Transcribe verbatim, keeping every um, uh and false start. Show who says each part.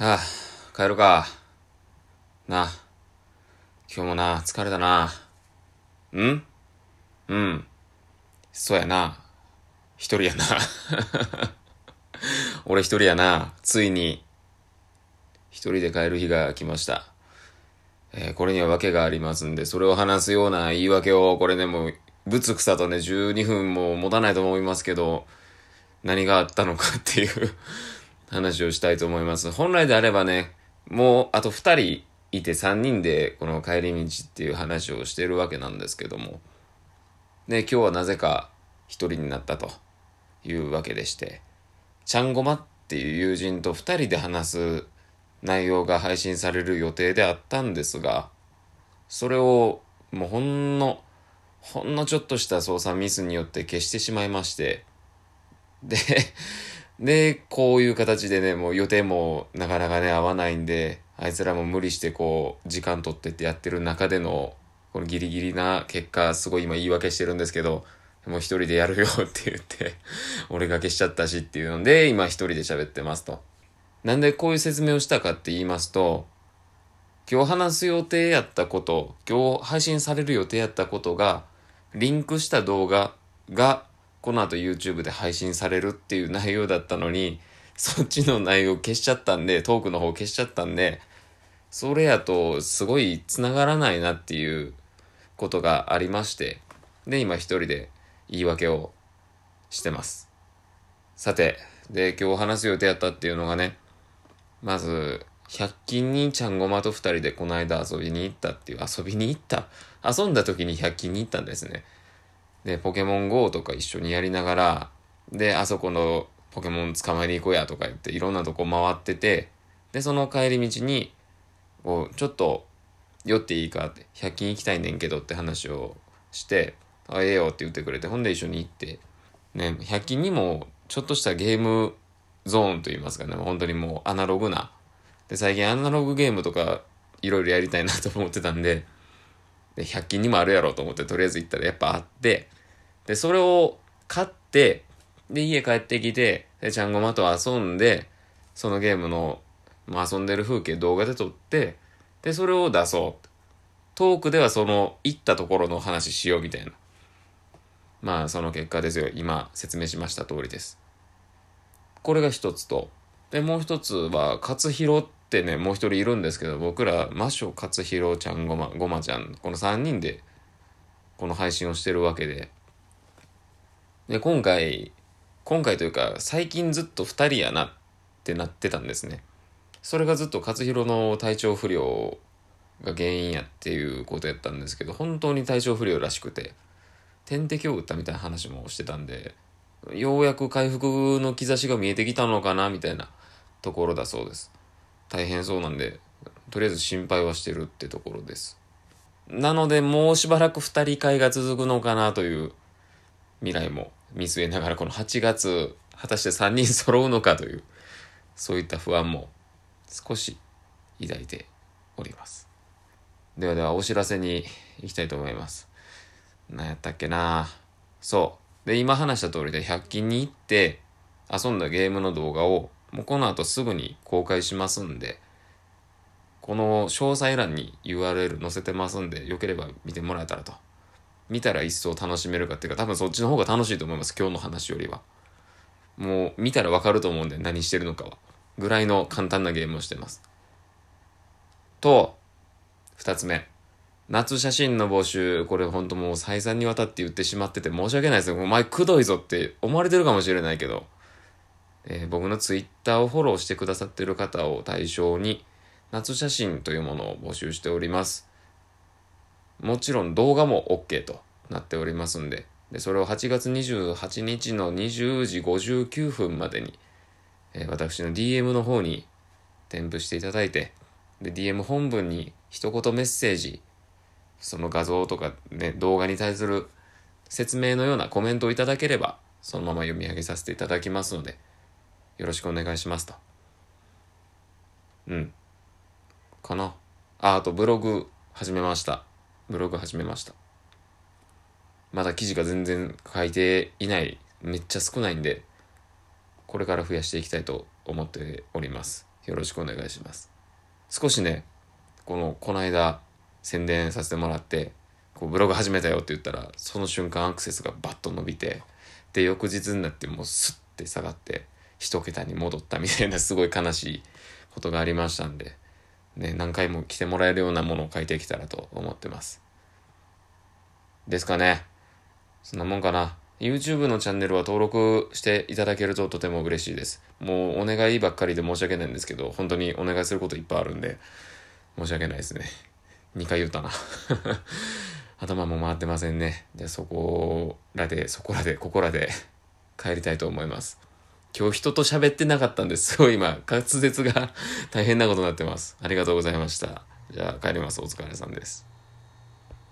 Speaker 1: はあ、帰ろうか。な、今日もな、疲れたな。んうん。そうやな。一人やな。俺一人やな。ついに、一人で帰る日が来ました。えーこれには訳がありますんで、それを話すような言い訳を、これでも、ぶつくさとね、じゅうにふんも持たないと思いますけど、何があったのかっていう話をしたいと思います。本来であればね、もうあとふたりいてさんにんでこの帰り道っていう話をしてるわけなんですけども、で、今日はなぜかひとりになったというわけでして、ちゃんごまっていう友人とふたりで話す内容が配信される予定であったんですが、それをもうほんの、ほんのちょっとした操作ミスによって消してしまいまして、で、で、こういう形でね、もう予定もなかなかね、合わないんで、あいつらも無理してこう、時間取ってってやってる中での、このギリギリな結果、すごい今言い訳してるんですけど、もう一人でやるよって言って、俺が消しちゃったしっていうので、今一人で喋ってますと。なんでこういう説明をしたかって言いますと、今日話す予定やったこと、今日配信される予定やったことが、リンクした動画が、この後 YouTube で配信されるっていう内容だったのに、そっちの内容消しちゃったんで、トークの方消しちゃったんで、それやとすごい繋がらないなっていうことがありまして、で、今一人で言い訳をしてます。さて、で、今日話す予定やったっていうのがね、まず、百均にちゃんごまと二人でこの間遊びに行ったっていう、遊びに行った遊んだ時に百均に行ったんですね。で、ポケモン ゴー とか一緒にやりながら、で、あそこのポケモン捕まえに行こうやとか言っていろんなとこ回ってて、で、その帰り道に、こう、ちょっと寄っていいかって、百均行きたいねんけどって話をして、あ、ええよって言ってくれて、ほんで一緒に行って、ね、百均にもちょっとしたゲームゾーンといいますかね、本当にもうアナログな。で、最近アナログゲームとかいろいろやりたいなと思ってたんで、で、百均にもあるやろうと思ってとりあえず行ったらやっぱあって、で、それを買って、で、家帰ってきて、で、ちゃんごまと遊んで、そのゲームの、まあ、遊んでる風景動画で撮って、で、それを出そう。トークではその、行ったところの話しようみたいな。まあ、その結果ですよ。今、説明しました通りです。これが一つと、で、もう一つは、勝弘ってね、もう一人いるんですけど、僕ら、魔女勝弘ちゃんごま、ごまちゃん、この三人で、この配信をしてるわけで、で、今回、今回というか、最近ずっと二人やなってなってたんですね。それがずっと勝弘の体調不良が原因やっていうことやったんですけど、本当に体調不良らしくて、点滴を打ったみたいな話もしてたんで、ようやく回復の兆しが見えてきたのかなみたいなところだそうです。大変そうなんで、とりあえず心配はしてるってところです。なので、もうしばらく二人会が続くのかなという未来も見据えながら、このはちがつ、果たしてさんにん揃うのかという、そういった不安も少し抱いております。ではではお知らせに行きたいと思います。何やったっけな。そう。で、今話した通りでひゃく均に行って遊んだゲームの動画をもうこの後すぐに公開しますんで、この詳細欄に ユーアールエル 載せてますんで、よければ見てもらえたらと。見たら一層楽しめるかっていうか、多分そっちの方が楽しいと思います。今日の話よりは。もう見たらわかると思うんで、何してるのかは。ぐらいの簡単なゲームをしてます。と、二つ目。夏写真の募集、これほんともう再三にわたって言ってしまってて申し訳ないですよ。お前くどいぞって思われてるかもしれないけど、えー僕のツイッターをフォローしてくださってる方を対象に、夏写真というものを募集しております。もちろん動画も OK となっておりますんで、で、それをはちがつにじゅうはちにちのにじゅうじごじゅうきゅうふんまでに、えー私の ディーエム の方に添付していただいて、で、ディーエム 本文に一言メッセージ、その画像とかね、動画に対する説明のようなコメントをいただければ、そのまま読み上げさせていただきますので、よろしくお願いしますと。うん。かな。あ、あとブログ始めました。ブログ始めました。まだ記事が全然書いていない。めっちゃ少ないんで、これから増やしていきたいと思っております。 よろしくお願いします。少しね、この、この間宣伝させてもらって、こうブログ始めたよって言ったら、その瞬間アクセスがバッと伸びて、で、翌日になってもうスッて下がって、一桁に戻ったみたいなすごい悲しいことがありましたんで、ね、何回も来てもらえるようなものを書いてきたらと思ってます。ですかね。そんなもんかな。YouTube のチャンネルは登録していただけるととても嬉しいです。もうお願いばっかりで申し訳ないんですけど、本当にお願いすることいっぱいあるんで、申し訳ないですね。にかい言ったな。頭も回ってませんね。じゃあそこらで、そこらで、ここらで帰りたいと思います。今日人と喋ってなかったんです。すごい今、滑舌が大変なことになってます。ありがとうございました。じゃあ帰ります。お疲れさんです。